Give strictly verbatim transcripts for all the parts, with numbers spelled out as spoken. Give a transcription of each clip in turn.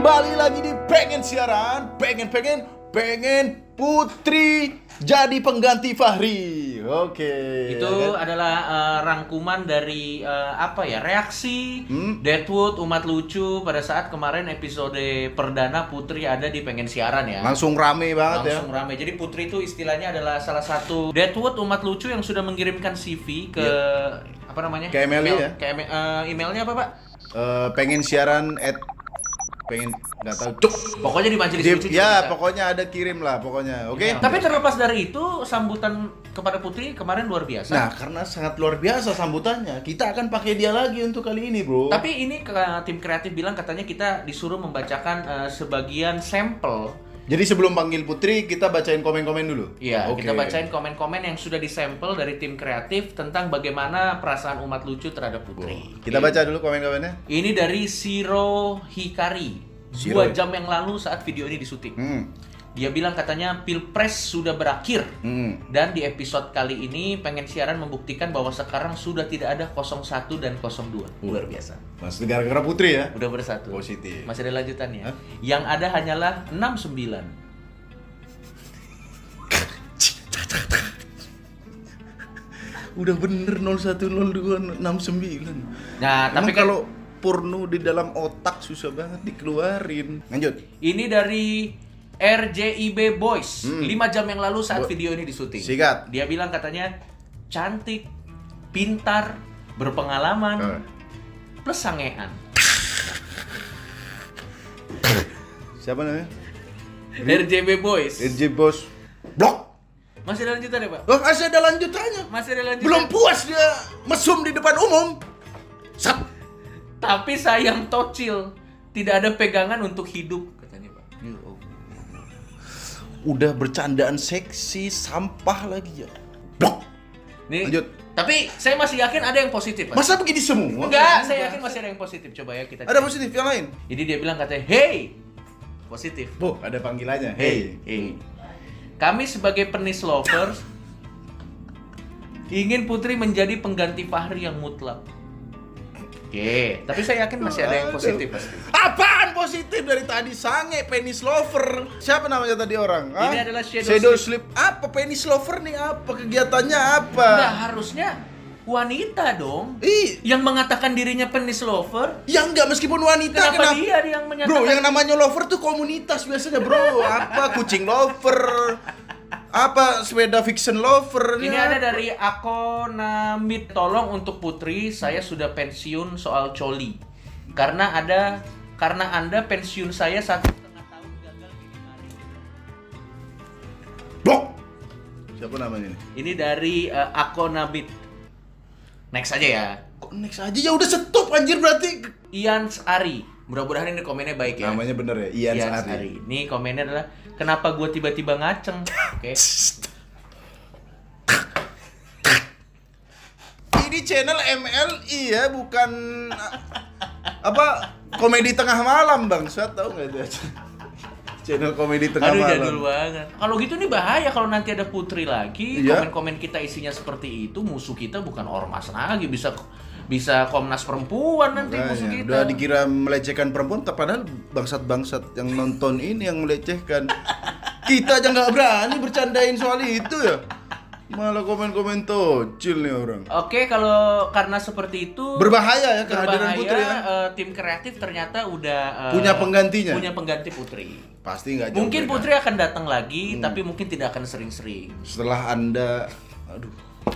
Kembali lagi di Pengen Siaran, pengen pengen pengen Putri jadi pengganti Fahri. Oke. Itu ya kan? adalah uh, rangkuman dari uh, apa ya reaksi Hmm? Deadwood Umat Lucu pada saat kemarin episode perdana Putri ada di Pengen Siaran ya. Langsung rame banget Langsung ya. rame. Jadi Putri itu istilahnya adalah salah satu Deadwood Umat Lucu yang sudah mengirimkan C V ke apa namanya? Ke email ya? Ke email, uh, emailnya apa Pak? Eh, pengen siaran at pengen nggak tahu. Cuk. Pokoknya di Majelis Di- Lucu juga ya bisa. pokoknya ada kirim lah pokoknya. Oke. Ya. Tapi terlepas dari itu sambutan kepada Putri kemarin luar biasa. Nah, karena sangat luar biasa sambutannya, kita akan pakai dia lagi untuk kali ini, Bro. Tapi ini ke, tim kreatif bilang katanya kita disuruh membacakan uh, sebagian sampel. Jadi sebelum panggil Putri, kita bacain komen-komen dulu. Iya, Oke. kita bacain komen-komen yang sudah disampel dari tim kreatif tentang bagaimana perasaan umat lucu terhadap Putri. Kita Oke. baca dulu komen-komennya. Ini dari Shiro Hikari. Shiro. Dua jam yang lalu saat video ini disuting. Hmm. Dia bilang katanya Pilpres sudah berakhir. Hmm. Dan di episode kali ini pengen siaran membuktikan bahwa sekarang sudah tidak ada nol satu dan nol dua. Luar biasa. Mas gara-gara Putri ya. Udah bersatu. Positif. Masih ada lanjutannya. Hah? Yang ada hanyalah enam sembilan. Udah bener nol satu nol dua enam sembilan. Nah, Emang tapi kan kalau porno di dalam otak susah banget dikeluarin. Lanjut. ini dari R J I B Boys. Hmm. lima jam yang lalu saat Bo- video ini disuting. Sikat. Dia bilang katanya cantik, pintar, berpengalaman, Eh. plus sangean. Siapa namanya? R J B Boys. R J Bos. Blok. Masih ada lanjutan ya, Pak? Oh, masih ada lanjutannya. Masih ada lanjutan. Belum puas dia mesum di depan umum. Sat. Tapi sayang tocil, tidak ada pegangan untuk hidup katanya, Pak. Ya Allah. Udah bercandaan seksi, sampah lagi ya. Blok. Nih, Lanjut. Tapi saya masih yakin ada yang positif, Pak. Masa begini semua? Enggak, saya yakin masih ada yang positif. Coba ya kita Ada cek. positif yang lain. Jadi dia bilang katanya, "Hey." Positif. Bu, ada panggilannya. Hey, hey. Kami sebagai penis lovers ingin Putri menjadi pengganti Fahri yang mutlak. Oke, tapi saya yakin masih ada yang positif pasti. Apaan positif dari tadi? Sange, penis lover. Siapa namanya tadi orang? Ini Hah? adalah Shadow Shadow Sleep. Sleep. Apa penis lover nih? Apa kegiatannya apa? Enggak, harusnya wanita dong Ih, yang mengatakan dirinya penis lover. ya enggak meskipun wanita Kenapa kenapa? dia yang menyatakan? Bro, yang namanya lover tuh komunitas biasanya, Bro. Apa kucing lover? Apa sepeda fiction lover? Ini ada dari Akonamit. Tolong untuk Putri, saya sudah pensiun soal coli. Karena ada karena Anda pensiun saya satu setengah tahun gagal gini mari. Blok. Siapa namanya ini? Ini dari uh, Akonamit. Next aja ya. Kok next aja? Ya udah stop anjir berarti. Ians Ari. Mudah-mudahan ini komennya baik ya. Namanya bener ya, Ian Ians Sari. Ari. Ini komennya adalah kenapa gue tiba-tiba ngaceng. Oke. Ini channel M L I ya, bukan apa komedi tengah malam bang. Saya tahu nggak itu? Channel komedi tengah Aduh malam. jadul banget. Kalau gitu nih bahaya kalau nanti ada Putri lagi, Iya. komen-komen kita isinya seperti itu, musuh kita bukan ormas lagi, bisa bisa Komnas Perempuan nanti Makanya, musuh kita. udah dikira melecehkan perempuan, padahal bangsat-bangsat yang nonton ini yang melecehkan. Kita aja nggak berani bercandain soal itu ya. Malah komen-komen tocil nih orang. Oke, kalau karena seperti itu Berbahaya ya kehadiran berbahaya, Putri ya. eh, tim kreatif ternyata udah eh, Punya penggantinya? Punya pengganti Putri. Pasti nggak jauh Mungkin beda. Putri akan datang lagi, Hmm. tapi mungkin tidak akan sering-sering. Setelah Anda aduh.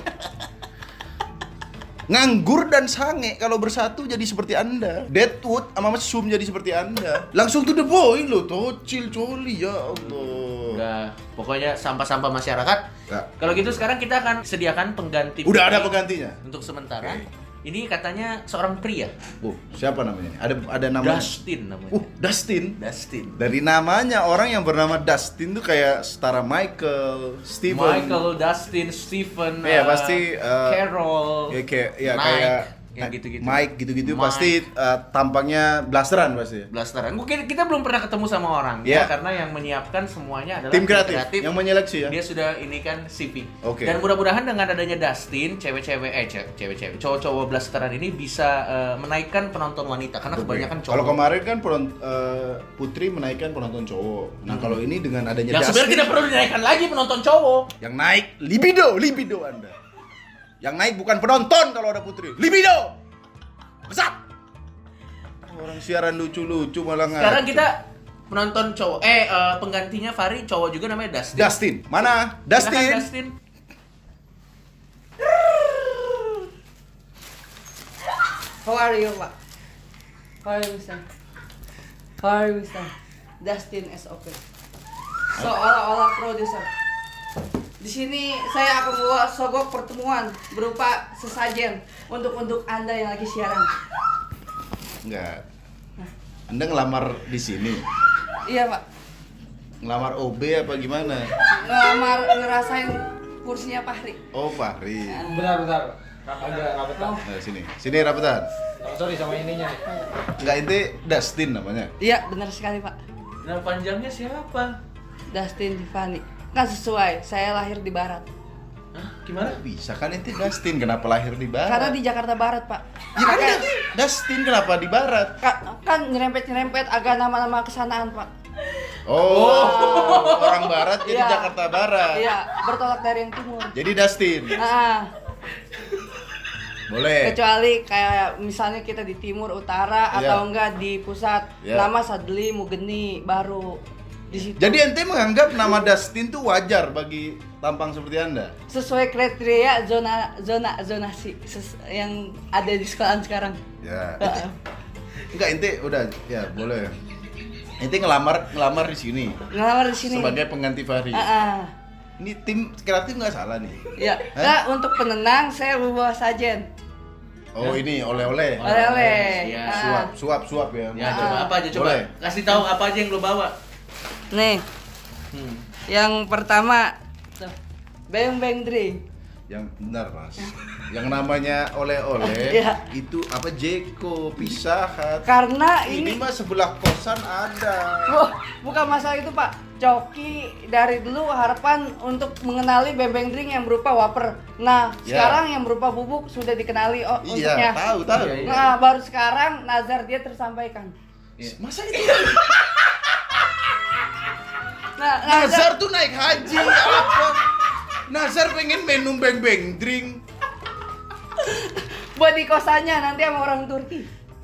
Nganggur dan sange kalau bersatu jadi seperti Anda. Deadwood sama mesum jadi seperti Anda. Langsung to the point loh, tocil coli ya Allah. Udah, pokoknya sampah-sampah masyarakat. Ya. Kalau gitu sekarang kita akan sediakan pengganti. Udah Putri ada penggantinya. untuk sementara. Oke. Ini katanya seorang pria, Bu, siapa namanya? Ada ada namanya. Dustin namanya. Uh, Dustin. Dustin. Dari namanya orang yang bernama Dustin tuh kayak setara Michael, Steven. Michael, Dustin, Stephen, Iya, uh, pasti, uh, Carol, Ya kayak ya Mike. kayak yang gitu-gitu. Mic gitu-gitu Mic. pasti uh, tampangnya blasteran pasti. Blasteran. Mungkin kita belum pernah ketemu sama orang Yeah. ya, karena yang menyiapkan semuanya adalah Tim kreatif, yang menyeleksi ya. Dia sudah ini kan C V. Oke. Dan mudah-mudahan dengan adanya Dustin, cewek-cewek eh ce- cewek-cewek, cowok-cowok blasteran ini bisa uh, menaikkan penonton wanita karena Oke. kebanyakan cowok. Kalau kemarin kan penon- uh, Putri menaikkan penonton cowok. Nah, Hmm. kalau ini dengan adanya yang Dustin sebenarnya tidak perlu dinaikkan lagi penonton cowok. yang naik libido, libido Anda. Yang naik bukan penonton kalau ada Putri. Libido. Besar. Orang siaran lucu-lucu malah nggak. Sekarang kita penonton cowok. Eh uh, penggantinya Fari cowok juga namanya Dustin. Dustin. Mana? Dustin. Silakan, Dustin. How are you, Pak? How are you, mister? How are you, mister? Dustin S O P. Seolah-olah produser. Di sini saya akan membawa sogok pertemuan berupa sesajen untuk untuk Anda yang lagi siaran. Enggak. Anda ngelamar di sini. Iya, Pak. Ngelamar O B apa gimana? Ngelamar ngerasain kursinya Fahri. Oh, Fahri. Bentar, bentar. Agak rapetan. Nah, sini. Sini rapetan. Oh, sorry sama ininya. Enggak, itu Dustin namanya. Iya, benar sekali, Pak. Nama panjangnya siapa? Dustin Tiffany. Kan sesuai, saya lahir di barat. Hah? Gimana? Bisa kan itu Dustin, kenapa lahir di barat? Karena di Jakarta Barat, Pak. Ya kan Kayak- Dustin kenapa di barat? Ka- kan nyerempet-nyerempet agak nama-nama kesanaan, Pak. Oh, orang barat jadi Iya. Jakarta Barat. Iya, bertolak dari yang timur. Jadi Dustin. Nah, Boleh. kecuali kayak misalnya kita di timur, utara, Iya. atau enggak di pusat, Iya. nama Sadli, Mugeni, baru di situ. Jadi ente menganggap nama Dustin tuh wajar bagi tampang seperti Anda? Sesuai kriteria zona zona zonasi ses- yang ada di sekolahan sekarang. Ya. Ente, enggak ente udah ya boleh. Ente ngelamar ngelamar di sini Ngelamar di sini. sebagai pengganti Fahri. Ah, ah. Ini tim kreatif nggak salah nih. Ya, Hah? nah untuk penenang saya membawa sajen. Oh ini oleh-oleh. Oleh-oleh. Iya. Ah. Suap, suap, suap ya. Ya, Ah. coba apa aja coba. Boleh. Kasih tahu apa aja yang lo bawa. Nih, Hmm. yang pertama tuh, beng beng drink. Yang benar mas. Yang namanya oleh-oleh Iya. itu apa Jeko, Pizza Hut. Karena Ini ini mah sebelah kosan ada. Wah, bukan masalah itu, Pak. Coki dari dulu harapan untuk mengenali beng-beng drink yang berupa wafer. Nah, Ya. sekarang yang berupa bubuk sudah dikenali oh, Iya, untuknya. tahu tahu. Iya, iya. Nah, baru sekarang nazar dia tersampaikan. Masa itu? Nah, Nazar tuh naik haji apa? Nazar pengen minum beng-beng drink. buat di kosannya nanti sama orang Turki.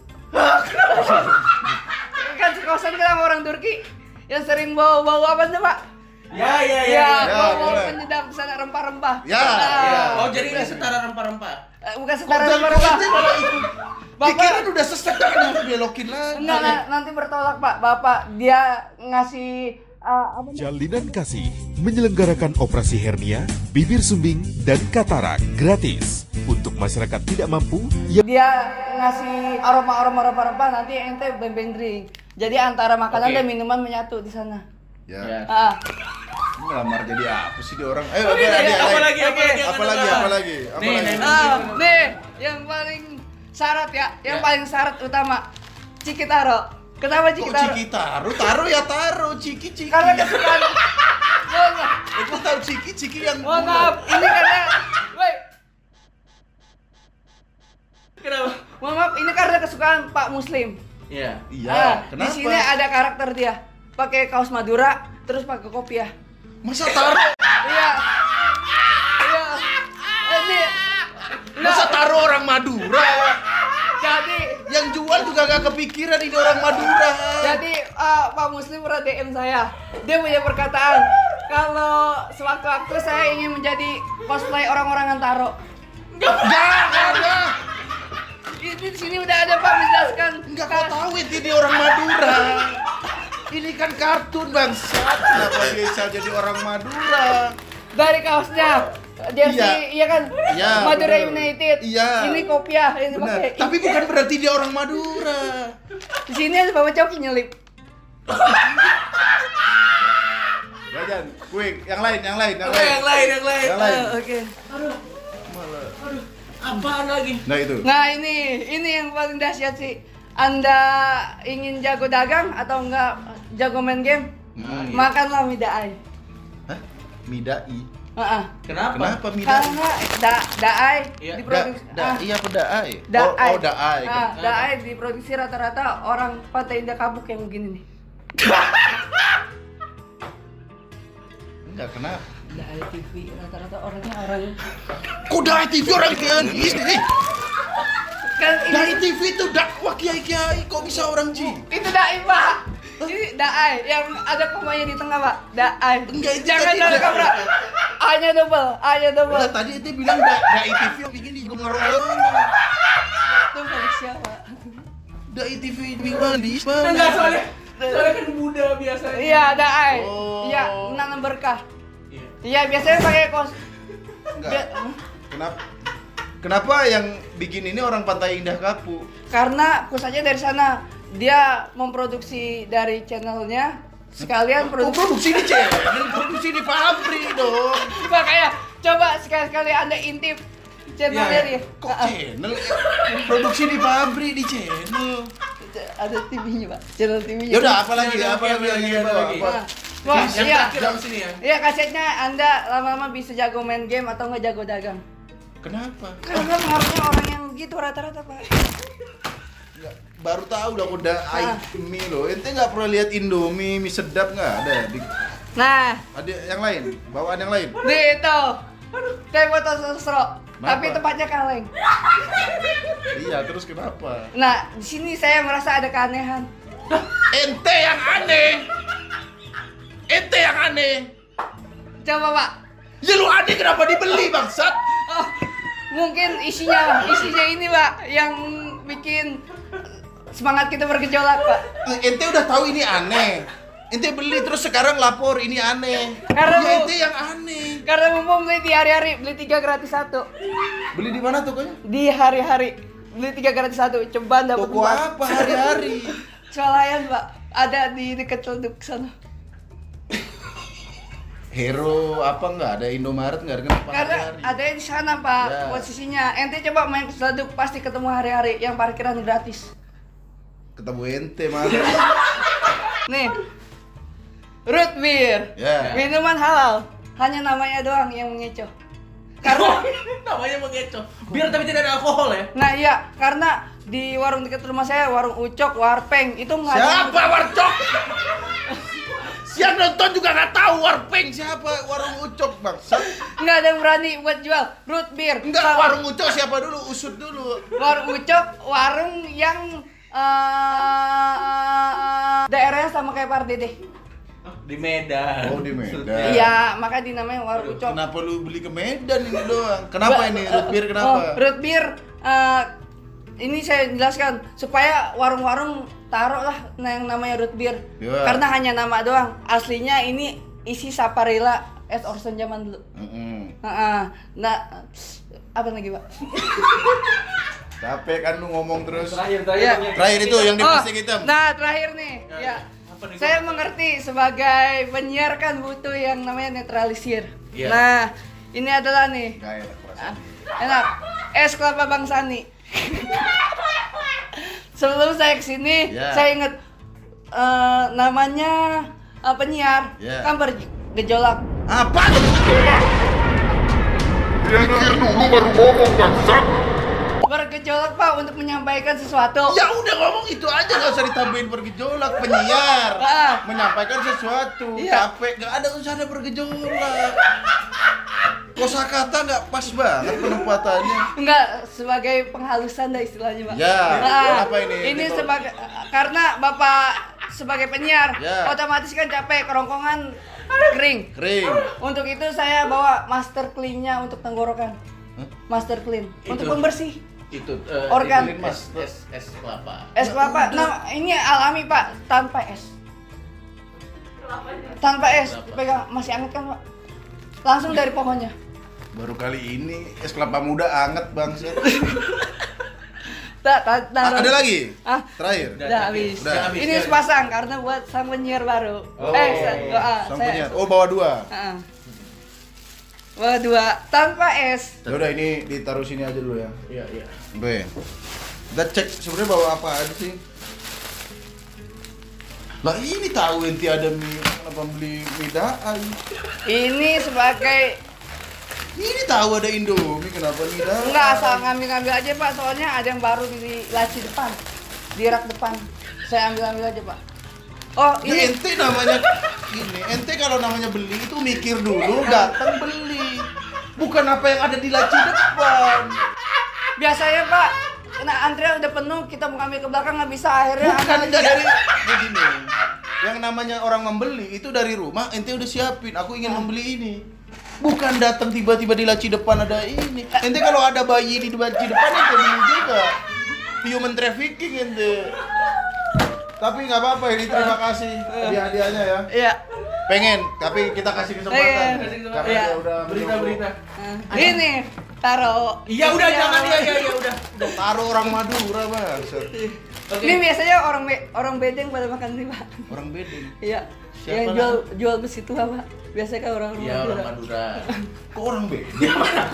Kan kosan kita sama orang Turki yang sering bau-bau apa sih, Pak? Ya, ya, ya. Ya, ya, bau-bau boleh. penyedap sana rempah-rempah. Ya, Nah, ya. Oh, jadi ini setara rempah-rempah. eh, bukan Kok setara jangan rempah-rempah. ente malah ikut. Bapak- Pikiran udah sesek kenapa belokin lagi? Enggak, enggak, nanti bertolak, Pak. Bapak dia ngasih uh, apa namanya? Jalinan Kasih menyelenggarakan operasi hernia, bibir sumbing, dan katarak gratis untuk masyarakat tidak mampu yang Dia ngasih aroma-aroma rempah-rempah nanti ente beng-beng drink. Jadi antara makanan Oke. dan minuman menyatu di sana. Ya. Ya. Ah, Ini ngelamar jadi apa sih dia orang? Ayo, Oke, apa lagi? apa lagi? Apa lagi? Apa lagi? Apa lagi? Apa Nih, lagi? nih, ah, nih, yang paling syarat ya, yang Ya. paling syarat utama Ciki taro. Kenapa Ciki Kok taro? Ciki taruh? Taruh ya taruh, Ciki Ciki. Karena kesukaan. Mohon maaf, Aku tahu Ciki Ciki yang mohon maaf, ini karena, wait, Kenapa? mohon maaf, ini karena kesukaan Pak Muslim. Iya. Iya, Ah, di kenapa? sini ada karakter dia, pakai kaos Madura, terus pakai kopiah. Masa taruh? Iya. Iya. Ini Masa taruh orang Madura? jadi Yang jual juga gak kepikiran ini orang Madura. jadi uh, Pak Muslim pernah D M saya. Dia punya perkataan kalau sewaktu-waktu saya ingin menjadi cosplay orang-orang Antaro. Gak, gak ada. Ini di sini udah ada Pak menjelaskan. Enggak kau tahu itu dia orang Madura. Ini kan kartun bangsat. Kenapa bisa jadi orang Madura? Dari kaosnya. Jersey, Iya. iya kan? Iya, Madura bener. United. Iya. Ini kopiah, ini Benar. pakai. Tapi bukan berarti dia orang Madura. Di sini ada Bapak Coki nyelip. Jajan, quick, yang lain, yang lain, yang Oke, lain. yang lain, yang lain. Yang lain. Eh, Oke. Malah. Apaan lagi? Nah itu. Nah ini, ini yang paling dahsyat sih. Anda ingin jago dagang atau enggak jago main game? Nah, iya. Makanlah mie daai. Hah? Midai. Heeh. Kenapa? Kenapa midai? Karena da daai Iya. Da, diproduksi da, ah, iya apa daai? daai. Oh, oh daai. Ah, daai diproduksi rata-rata orang Pantai Indah Kapuk yang begini nih. Enggak kenapa. Daai T V rata-rata orangnya orang Kok daai T V orang kian? Ih, kan ini daai T V itu dakwah kiai-kiai. Kok bisa orang Ji? itu daai Pak. Ini daai yang ada komanya di tengah Pak. Daai. Enggak, itu Jangan tadi dari da- kamera. A-nya double, A-nya double. Nah, tadi itu bilang da, daai T V yang bikin di ngorong-ngorong. Itu manusia Pak. Daai T V bilang di Enggak, soalnya soalnya kan Buddha biasanya. Iya, daai. Oh. Iya, menanam berkah. Iya. Iya, biasanya pakai kos. Enggak. Bia- Kenapa? Kenapa yang bikin ini orang Pantai Indah Kapuk? Karena pusatnya dari sana. Dia memproduksi dari channelnya sekalian Oh, produksi. produksi di channel, produksi di pabrik dong. Makanya coba sekali-sekali Anda intip channelnya Iya, dia. Kok Ah, ah. channel? Produksi di pabrik di channel. Ada T V-nya, Pak. Channel T V-nya. Ya udah, apa lagi? Ada Apa lagi, lagi ada yang lagi, ingin ada bawa? lagi. Apa? Nah, wah, Yang iya. terakhir dari sini ya. Iya, kasetnya Anda lama-lama bisa jago main game atau nggak jago dagang. Kenapa? Karena pengaruhnya orang yang gitu rata-rata, Pak. Nggak, baru tahu udah udah Ah. mie loh. Ente nggak pernah lihat Indomie mie sedap nggak ada? Di, Nah, ada yang lain? Bawaan yang lain? nih itu. Teh botol sosro, tapi Kenapa? tempatnya kaleng. Iya, terus kenapa? Nah, di sini saya merasa ada keanehan. Ente yang aneh. Ente yang aneh. Coba, Pak. Ya lu aneh kenapa dibeli bangsat? Oh, mungkin isinya, isinya ini, Pak, yang bikin semangat kita bergejolak, Pak. Ente udah tahu ini aneh. Ente beli terus sekarang lapor ini aneh. Karena ya lu- ente yang aneh. Karena mumpung beli di hari-hari, beli tiga gratis satu. Beli di mana tokonya? Di hari-hari, beli tiga gratis satu. Coba dapat Toko apa hari-hari? Swalayan, Pak. Ada di dekat Celduk sana. Hero apa nggak ada Indomaret nggak ada kenapa Karena hari-hari? ada di sana, Pak, Ya. posisinya. Ente coba main ke Celduk pasti ketemu hari-hari yang parkiran gratis. Ketemu ente malah. Nih. Root beer. Ya. Minuman halal. Hanya namanya doang yang mengecoh. Karena Namanya mengecoh. Biar tapi tidak ada alkohol ya. nah iya, karena di warung dekat rumah saya, warung Ucok, Warpeng, itu nggak ada. Siapa Warcok? Siapa nonton juga nggak tahu Warpeng siapa warung Ucok bangsat. Nggak ada yang berani buat jual root beer. Enggak, Sama- warung Ucok siapa dulu? Usut dulu. Warung Ucok, warung yang eh, daerahnya sama kayak Pak Dede. Di Medan. Oh, di Medan. Iya, maka dinamain warung Ucok. Kenapa lu beli ke Medan ini doang? Kenapa Ba- ini root beer kenapa? Oh, root beer eh, ini saya jelaskan supaya warung-warung taruh lah yang namanya root beer. Ya. Karena hanya nama doang. Aslinya ini isi Saparilla es Orson zaman dulu. Mm-mm. Heeh. Nah, apa lagi, Pak? Capek kan lu ngomong terus. Terakhir terakhir. Iya. yang- Terakhir itu yang di plastik hitam. Nah, terakhir nih. Ya, Ya. apa nih, Saya Bang? mengerti sebagai penyiar kan butuh yang namanya netralisir. Iya. Nah, ini adalah nih. Gak enak perasaan. Ah, enak. Es kelapa Bang Sani. Sebelum saya kesini, Ya. saya ingat eh, namanya eh, penyiar Ya. kan bergejolak. Apa? Bergejolak, Pak, untuk menyampaikan sesuatu. Ya udah ngomong itu aja, nggak usah ditambahin bergejolak. Penyiar Ah. menyampaikan sesuatu. Iya. Capek, nggak ada usah ada bergejolak. Kosakata nggak pas banget penempatannya. Enggak, sebagai penghalusan dah istilahnya, Pak. Ya, Nah, apa ini? Ini Ini sebagai karena Bapak sebagai penyiar, Ya. otomatis kan capek, kerongkongan kering. Kering. Untuk itu saya bawa master clean-nya untuk tenggorokan. Hah? Master clean Itu. untuk pembersih Itu eh, Organ. itu es, es, es kelapa. es kelapa. Nah, ini alami, Pak, tanpa es. Tanpa es, Kelapa. pegang masih anget kan, Pak? Langsung dari pohonnya. Baru kali ini es kelapa muda anget bangsa. Tak, tak, A- ada lagi? Ah, Terakhir. Udah. udah habis. Udah. habis, Ini ya. sepasang karena buat sang penyiar baru. Oh. eh, sa- ah, Sang saya- penyiar. Oh, bawa dua. Ah, Bawa dua tanpa es. Ya udah ini ditaruh sini aja dulu ya. Iya, iya. Be. Kita cek sebenarnya bawa apa aja sih? Lah ini tahu enti ada mie, kenapa beli mie daan? Ini sebagai Ini tahu ada Indomie, kenapa mie daan? enggak asal ngambil-ngambil aja Pak, soalnya ada yang baru di laci depan, di rak depan. Saya ambil-ambil aja Pak. Oh Ya, ini ente namanya gini, ente kalau namanya beli itu mikir dulu, datang beli. Bukan apa yang ada di laci depan. biasanya Pak, karena antrian udah penuh, kita mau ngambil ke belakang nggak bisa, akhirnya Bukan ambil enggak aja. dari begini. Yang namanya orang membeli itu dari rumah, ente udah siapin. Aku ingin membeli ini. Bukan datang tiba-tiba di laci depan ada ini. Ente kalau ada bayi di laci depan ente beli juga. Human trafficking ente. Tapi nggak apa-apa ini, terima kasih hadiah-hadiahnya ya. Iya. Pengen, tapi kita kasih kesempatan. Iya, kasih kesempatan. Karena Iya. dia udah Berita-berita. Nah, ini taruh. Iya, udah jangan ya, ya, ya udah. taruh orang Madura, Mas. Oke. Ini biasanya orang be- orang bedeng pada makan ini Pak. Orang bedeng. Iya. Siapa yang lah? jual jual besi tua Pak. Biasanya kan orang Iya, orang Madura. Kok orang bedeng?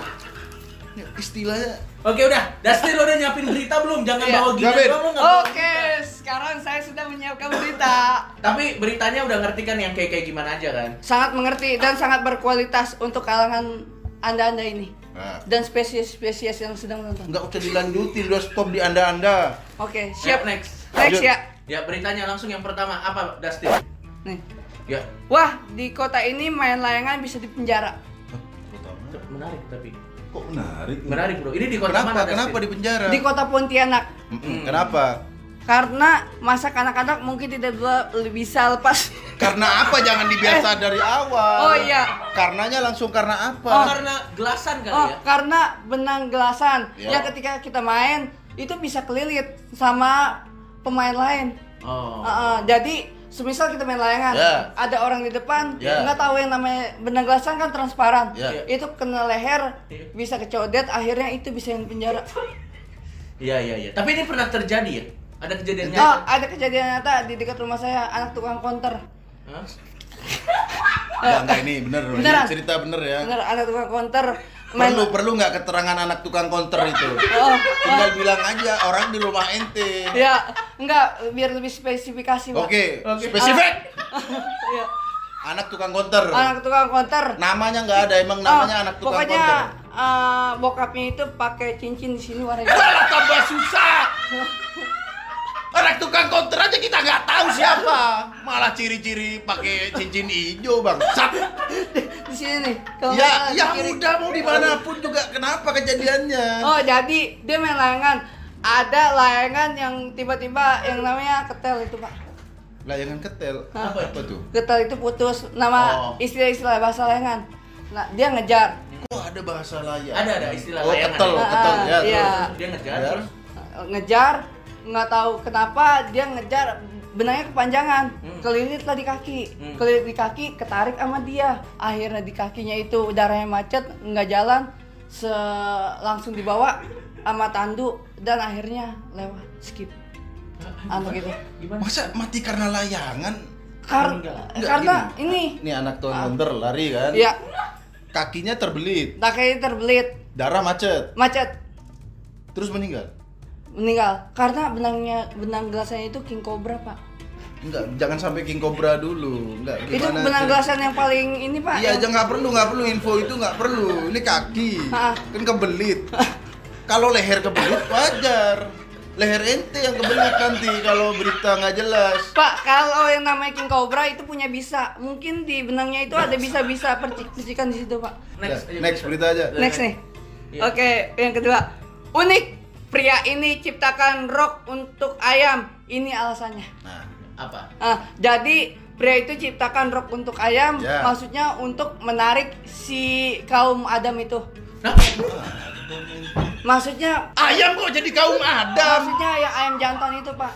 Ya, istilahnya Oke, udah. Dustin lo udah nyiapin berita belum? Jangan Iya. bawa gini Siapin. doang, lo nggak bawa Oke, berita. sekarang saya sudah menyiapkan berita. Tapi beritanya udah ngerti kan yang kayak kayak gimana aja kan? Sangat mengerti dan sangat berkualitas untuk kalangan Anda-anda ini. nah, Dan spesies-spesies yang sedang menonton. nggak usah dilanjutin, udah stop di anda-anda. Oke, Siap, siap. next. Next Lanjut. ya. Ya, beritanya langsung yang pertama apa, Dustin? Nih. Ya. Wah, di kota ini main layangan bisa dipenjara. Menarik tapi. Kok menarik? Menarik, Bro. Ini di kota Kenapa? mana, Dustin? Kenapa di penjara? Di kota Pontianak. Mm-mm, Kenapa? Karena masa kanak-kanak mungkin tidak dua- bisa lepas. Karena apa? Jangan dibiasa dari awal. Oh iya. Karenanya langsung karena apa? Oh, karena gelasan kali Oh, ya? karena benang gelasan. Ya. Ya ketika kita main itu bisa kelilit sama pemain lain. Oh. Uh, uh, jadi semisal kita main layangan, Ya. ada orang di depan, Ya. nggak tahu yang namanya benang gelasan kan transparan. Ya. Itu kena leher, Ya. bisa kecodet, akhirnya itu bisa yang penjara. Iya, iya, iya. Tapi ini pernah terjadi ya? Ada kejadian Oh, nyata? ada kejadian nyata di dekat rumah saya, anak tukang konter. Hah? Enggak, enggak ini bener. Ini Beneran? cerita bener ya. Bener, anak tukang konter. main- Perlu perlu nggak keterangan anak tukang konter itu? Oh, Tinggal bilang aja orang di rumah ente. ya, enggak, biar lebih spesifikasi, Pak. Oke, Oke. spesifik. Iya. Anak tukang konter. Anak tukang konter. Namanya nggak ada, emang namanya Oh, anak tukang pokoknya, konter. eh, bokapnya itu pakai cincin di sini warna hijau. Malah tambah susah. Anak tukang konter aja kita nggak tahu siapa. Malah ciri-ciri pakai cincin hijau, Bang. Sat. Di sini nih. Kalau Ya, nggak ya kiri. udah mau dimanapun juga kenapa kejadiannya? Oh, jadi dia main layangan. Ada layangan yang tiba-tiba yang namanya ketel itu, Pak. Layangan ketel. Hah? Apa, apa tuh? Ketel itu putus. Nama Oh. istilah-istilah bahasa layangan. Nah, dia ngejar. Kok ada bahasa layangan? Ada, ada istilah Oh, layangan. ketel, Ah, ketel. Ya, iya. terus. Dia ngejar Ya. terus. Ngejar, nggak tahu kenapa dia ngejar benangnya kepanjangan, Hmm. kelilit lah di kaki, Hmm. kelilit di kaki, ketarik sama dia. Akhirnya di kakinya itu darahnya macet, nggak jalan, se langsung dibawa sama tandu dan akhirnya lewat skip. Anu gitu. Gimana? Masa mati karena layangan? Kar Enggak. Enggak, karena gini. ini, Ini anak tukang Ah. konter lari kan? ya, Kakinya terbelit, kakinya terbelit, darah macet, macet, terus meninggal. meninggal. Karena benangnya benang gelasnya itu king cobra, Pak. Enggak, jangan sampai king cobra dulu. Enggak, Itu gimana? benang tuh? gelasan yang paling ini, Pak. Iya, yang- aja nggak perlu, nggak perlu info itu nggak perlu. Ini kaki, Ah. kan kebelit. Kalau leher kebelit wajar. Leher ente yang kebelit nanti kalau berita nggak jelas. Pak, kalau yang namanya king cobra itu punya bisa. Mungkin di benangnya itu ada bisa-bisa percik-percikan di situ, Pak. Next, Udah, next berita aja. Next nih. Iya. Oke, yang kedua. Unik. Pria ini ciptakan rok untuk ayam. Ini alasannya. Nah, Apa? Ah, jadi pria itu ciptakan rok untuk ayam, Ya. maksudnya untuk menarik si kaum Adam itu. Nah, Maksudnya ayam kok jadi kaum Adam? Maksudnya ya ayam jantan itu, Pak.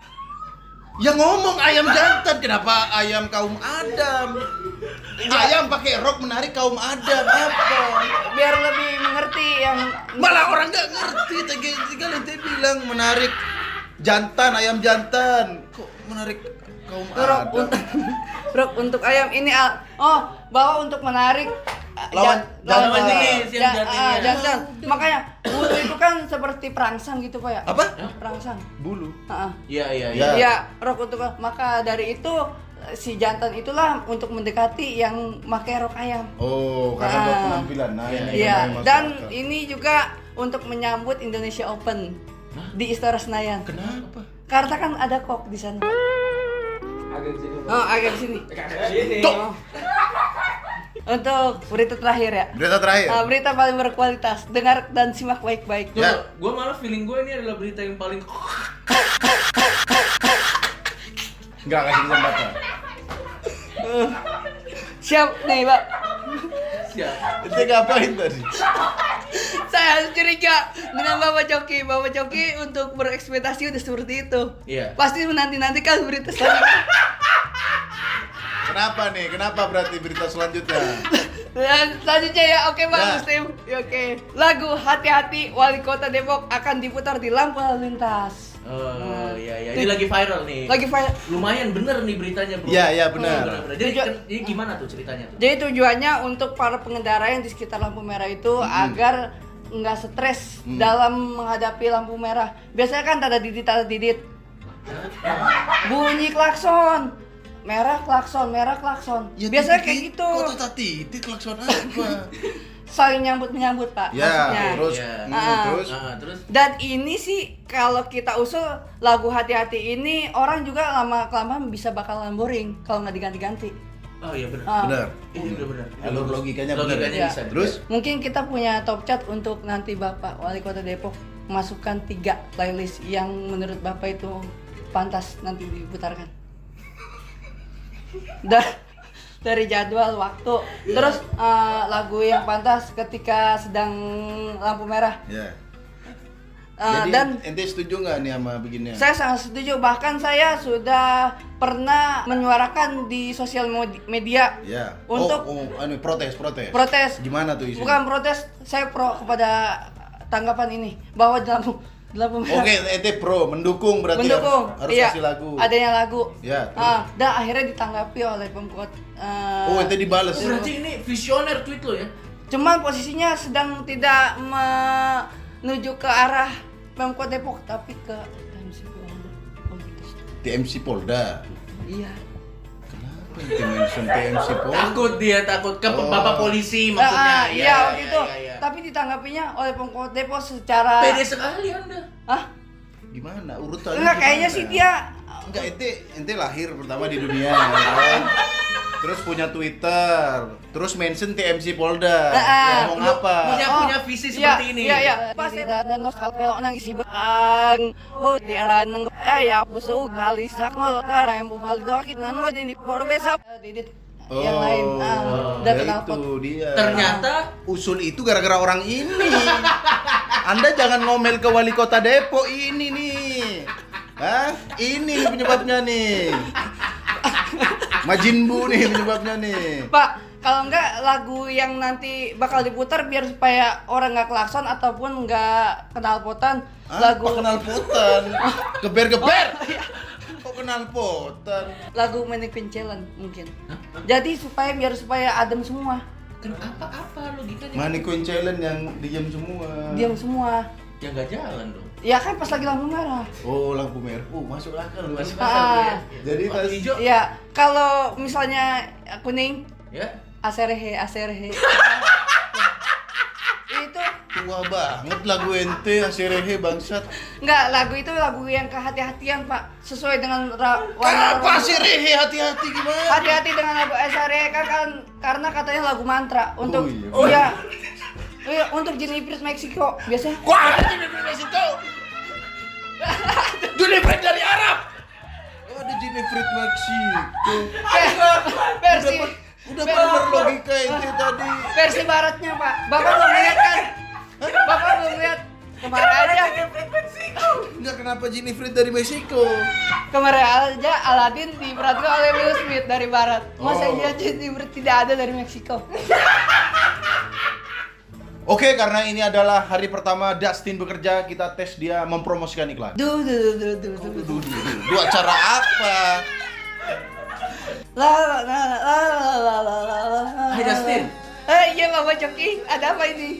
Ya ngomong ayam jantan, kenapa ayam kaum Adam? Ayam pakai rok menarik kaum Adam apa? Biar lebih mengerti yang Malah orang nggak ngerti, tinggal tinggal ente bilang menarik jantan, ayam jantan. Kok menarik kaum rok Adam? untuk rok untuk ayam ini al- oh, bahwa untuk menarik Lawan Ja- lawan jenis yang Ja- jadinya. ah, jantan. Makanya bulu itu kan seperti perangsang gitu Pak ya. Apa? Perangsang. Bulu. Heeh. Iya iya Ya. iya. Iya, rok untuk maka dari itu si jantan itulah untuk mendekati yang pakai rok ayam. Oh, karena Ah. buat penampilan. Nah, ini Iya, yang masuk dan akal. ini juga untuk menyambut Indonesia Open di Istora Senayan. Kenapa? Karena kan ada kok di sana. Agak sini. Oh, agak di sini. Sini. Oh. Untuk berita terakhir ya. Berita terakhir. Ah, berita paling berkualitas. Dengar dan simak baik-baik. Tuh, Ya. gue malah feeling gue ini adalah berita yang paling Enggak kasih kesempatan. Siap nih, Pak. siap. Itu ngapain tadi? Saya curiga dengan Bapak Coki. Bapak Coki untuk berekspektasi udah seperti itu. Iya. Pasti menanti-nantikan berita selanjutnya. Kenapa nih? Kenapa berarti berita selanjutnya? Dan selanjutnya ya, oke Pak Ya. Muslim. Ya, oke. Lagu Hati-Hati Wali Kota Depok akan diputar di lampu lalu lintas. Oh iya iya. Ini lagi viral nih. Lagi viral. Lumayan bener nih beritanya, Bro. Iya, iya, benar. Oh, benar. Jadi, Tujuan- kan- ini gimana tuh ceritanya tuh? Jadi tujuannya untuk para pengendara yang di sekitar lampu merah itu agar nggak stres Hmm. dalam menghadapi lampu merah. Biasanya kan tanda didit tanda didit. Bunyi klakson. Merah klakson, merah klakson. Ya, Biasanya titik- kayak gitu. Kok tadi itu klakson apa? Saling nyambut-menyambut, Pak. Ya, maksudnya. terus Ya. hmm, Ah. terus Nah, terus Dan ini sih kalau kita usul lagu Hati-Hati ini orang juga lama kelamaan bisa bakalan boring kalau nggak diganti-ganti. oh iya benar. Ah. benar. Iya benar benar. Alur logikanya benar. Logikanya Ya. bisa. Terus Mungkin kita punya top chat untuk nanti Bapak Wali Kota Depok masukkan tiga playlist yang menurut Bapak itu pantas nanti diputarkan. Dan dari jadwal waktu, terus eh, lagu yang pantas ketika sedang lampu merah. ya. Eh, Jadi dan ente setuju nggak nih sama beginian? saya sangat setuju, bahkan saya sudah pernah menyuarakan di sosial mod- media Ya. untuk oh, oh, anu protes, protes. protes. Gimana tuh isinya? Bukan protes, saya pro kepada tanggapan ini bahwa di lampu di lampu merah Oke, ente pro, mendukung berarti mendukung, harus, harus iya, kasih lagu. adanya lagu. Ya, terus? Ah, dan akhirnya ditanggapi oleh pemkot. eh, Oh, ente dibales. Oh, berarti ini visioner tweet lo ya? Cuman posisinya sedang tidak menuju ke arah Pemkot Depok tapi ke T M C Polda. Oh, gitu. T M C Polda. Iya. Kenapa ente mention T M C Polda? Takut dia takut ke Oh. bapak polisi Ah, maksudnya. ah, iya, waktu iya, itu. iya, iya. Tapi ditanggapinya oleh Pemkot Depok secara Pede sekali Anda. Hah? Gimana urutannya? Enggak, kayaknya gimana? sih dia Enggak, ente ente lahir pertama di dunia, ya kan? Terus punya Twitter, terus mention T M C Polda. Ah, Ngomong lu apa? punya- punya visi seperti ini. Iya, iya. Pasti dan kalau nang isi bang. Oh, di arah nang ya busuk kali sakmo karena yang bumal dokit nan mau di porbesa didit yang lain. Ah, udah ya kenal itu dia. Ternyata usul itu gara-gara orang ini. Anda jangan ngomel ke wali kota Depok ini nih. Hah? Ini nih penyebabnya nih. Majin Bu nih penyebabnya nih. Pak, kalau enggak lagu yang nanti bakal diputar biar supaya orang nggak klakson ataupun nggak knalpotan Hah? lagu Kok kenal potan? Geber-geber. Kok kenal potan? lagu Mannequin Challenge mungkin. Jadi supaya biar supaya adem semua. kenapa apa logikanya? Mannequin Challenge yang diam semua. Diam semua. Ya nggak jalan dong. Ya kan pas lagi lampu merah. Oh, lampu merah. Oh, masuk akal lu. Masuk Ah. akal tuh ya. Jadi Waktu pas- hijau. Ya, kalau misalnya kuning Ya. aserhe aserhe. Itu Tua banget lagu ente Asirehe bangsat. enggak, lagu itu lagu yang kehati-hatian, Pak. Sesuai dengan ra- warna Apa Asirehe hati-hati gimana? hati-hati dengan lagu aserhe kan, kan karena katanya lagu mantra untuk iya. oh ya. Iya, untuk Jennifer Meksiko biasanya. Kok ada Jennifer Meksiko? Jennifer dari Arab. Oh, ada Jennifer Meksiko. Eh, versi Udah ver- bener logika ente tadi. versi baratnya, Pak. Bapak belum lihat kan? Bapak belum lihat kemarin aja. Enggak, kenapa Jennifer dari Meksiko? Kemarin aja Aladdin diperankan oleh Will Smith dari barat. Masa Oh. iya Jennifer tidak ada dari Meksiko? Oke, karena ini adalah hari pertama Dustin bekerja, kita tes dia mempromosikan iklan. Duh, duh, duh, duh, duh, duh. Duh, duh, duh. Duh, acara apa? La la la la la la la la la. Hai Dustin, Eh, iya Bapak Coki, ada apa ini?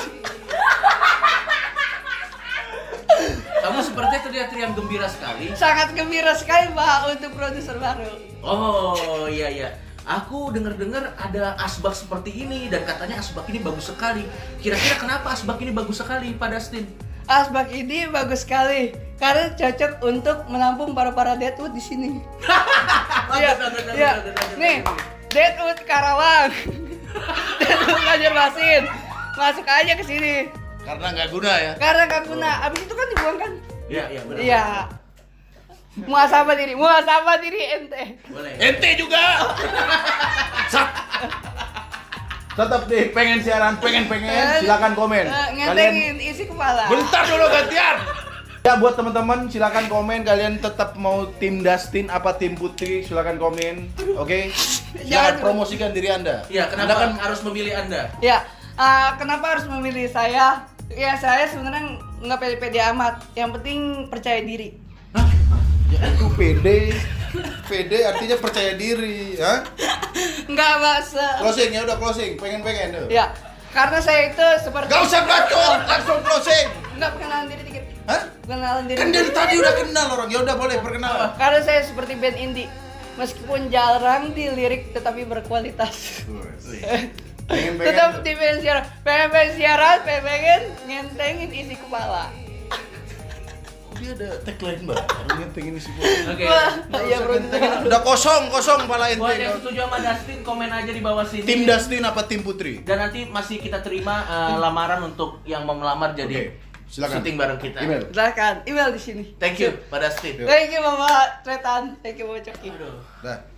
Kamu sepertinya terlihat-terlihat gembira sekali. Sangat gembira sekali Pak untuk produser baru. Oh iya iya. Aku dengar-dengar ada asbak seperti ini dan katanya asbak ini bagus sekali. Kira-kira kenapa asbak ini bagus sekali, Pak Dustin? Asbak ini bagus sekali karena cocok untuk menampung para-para Deadwood di sini. Iya, iya. Nih, Deadwood Karawang, Deadwood Banjarmasin, masuk aja ke sini. Karena nggak guna ya. Karena nggak guna. Abis itu kan dibuang kan? Iya iya benar. Iya. Muasabah diri, muasabah diri ente. Boleh. Ente juga. Sat. Tetap deh pengen siaran, pengen pengen silakan komen. Eh, ngentengin isi kepala. Bentar dulu gantian. Ya buat teman-teman silakan komen kalian tetap mau tim Dustin apa tim Putri silakan komen. Oke. Silakan Jangan- promosikan diri Anda. Iya, Anda kenapa kan harus memilih Anda? Ya, uh, kenapa harus memilih saya? Ya saya sebenarnya nggak pede-pede amat. Yang penting percaya diri. ya itu pede. Pede artinya percaya diri, ya. Nggak masa. Closing ya udah closing, pengen-pengen tuh. Ya, karena saya itu seperti. Gak usah bacot, langsung closing. Nggak perkenalan diri dikit. Hah? Perkenalan diri. Kan dari tadi udah kenal orang. Ya udah boleh perkenalan. Karena saya seperti band indie. Meskipun jarang dilirik tetapi berkualitas. Pengen-pengen. Tetap di pengen siaran, pengen pengen siaran, pengen pengen ngentengin isi kepala. Dia ada tagline baru, ngentengin isi kepala. Oke. Wah, Nggak iya usah bro. ngentengin, udah kosong, kosong pala Buat yang ente. setuju sama Dustin, komen aja di bawah sini. Tim Dustin apa tim Putri? Dan nanti masih kita terima uh, lamaran untuk yang mau melamar jadi Oke, silakan. syuting bareng kita. Email. Silakan email di sini. Thank you, Pak Dustin. Thank you Bapak Tretan, thank you Bapak Coki. Aduh. Dah.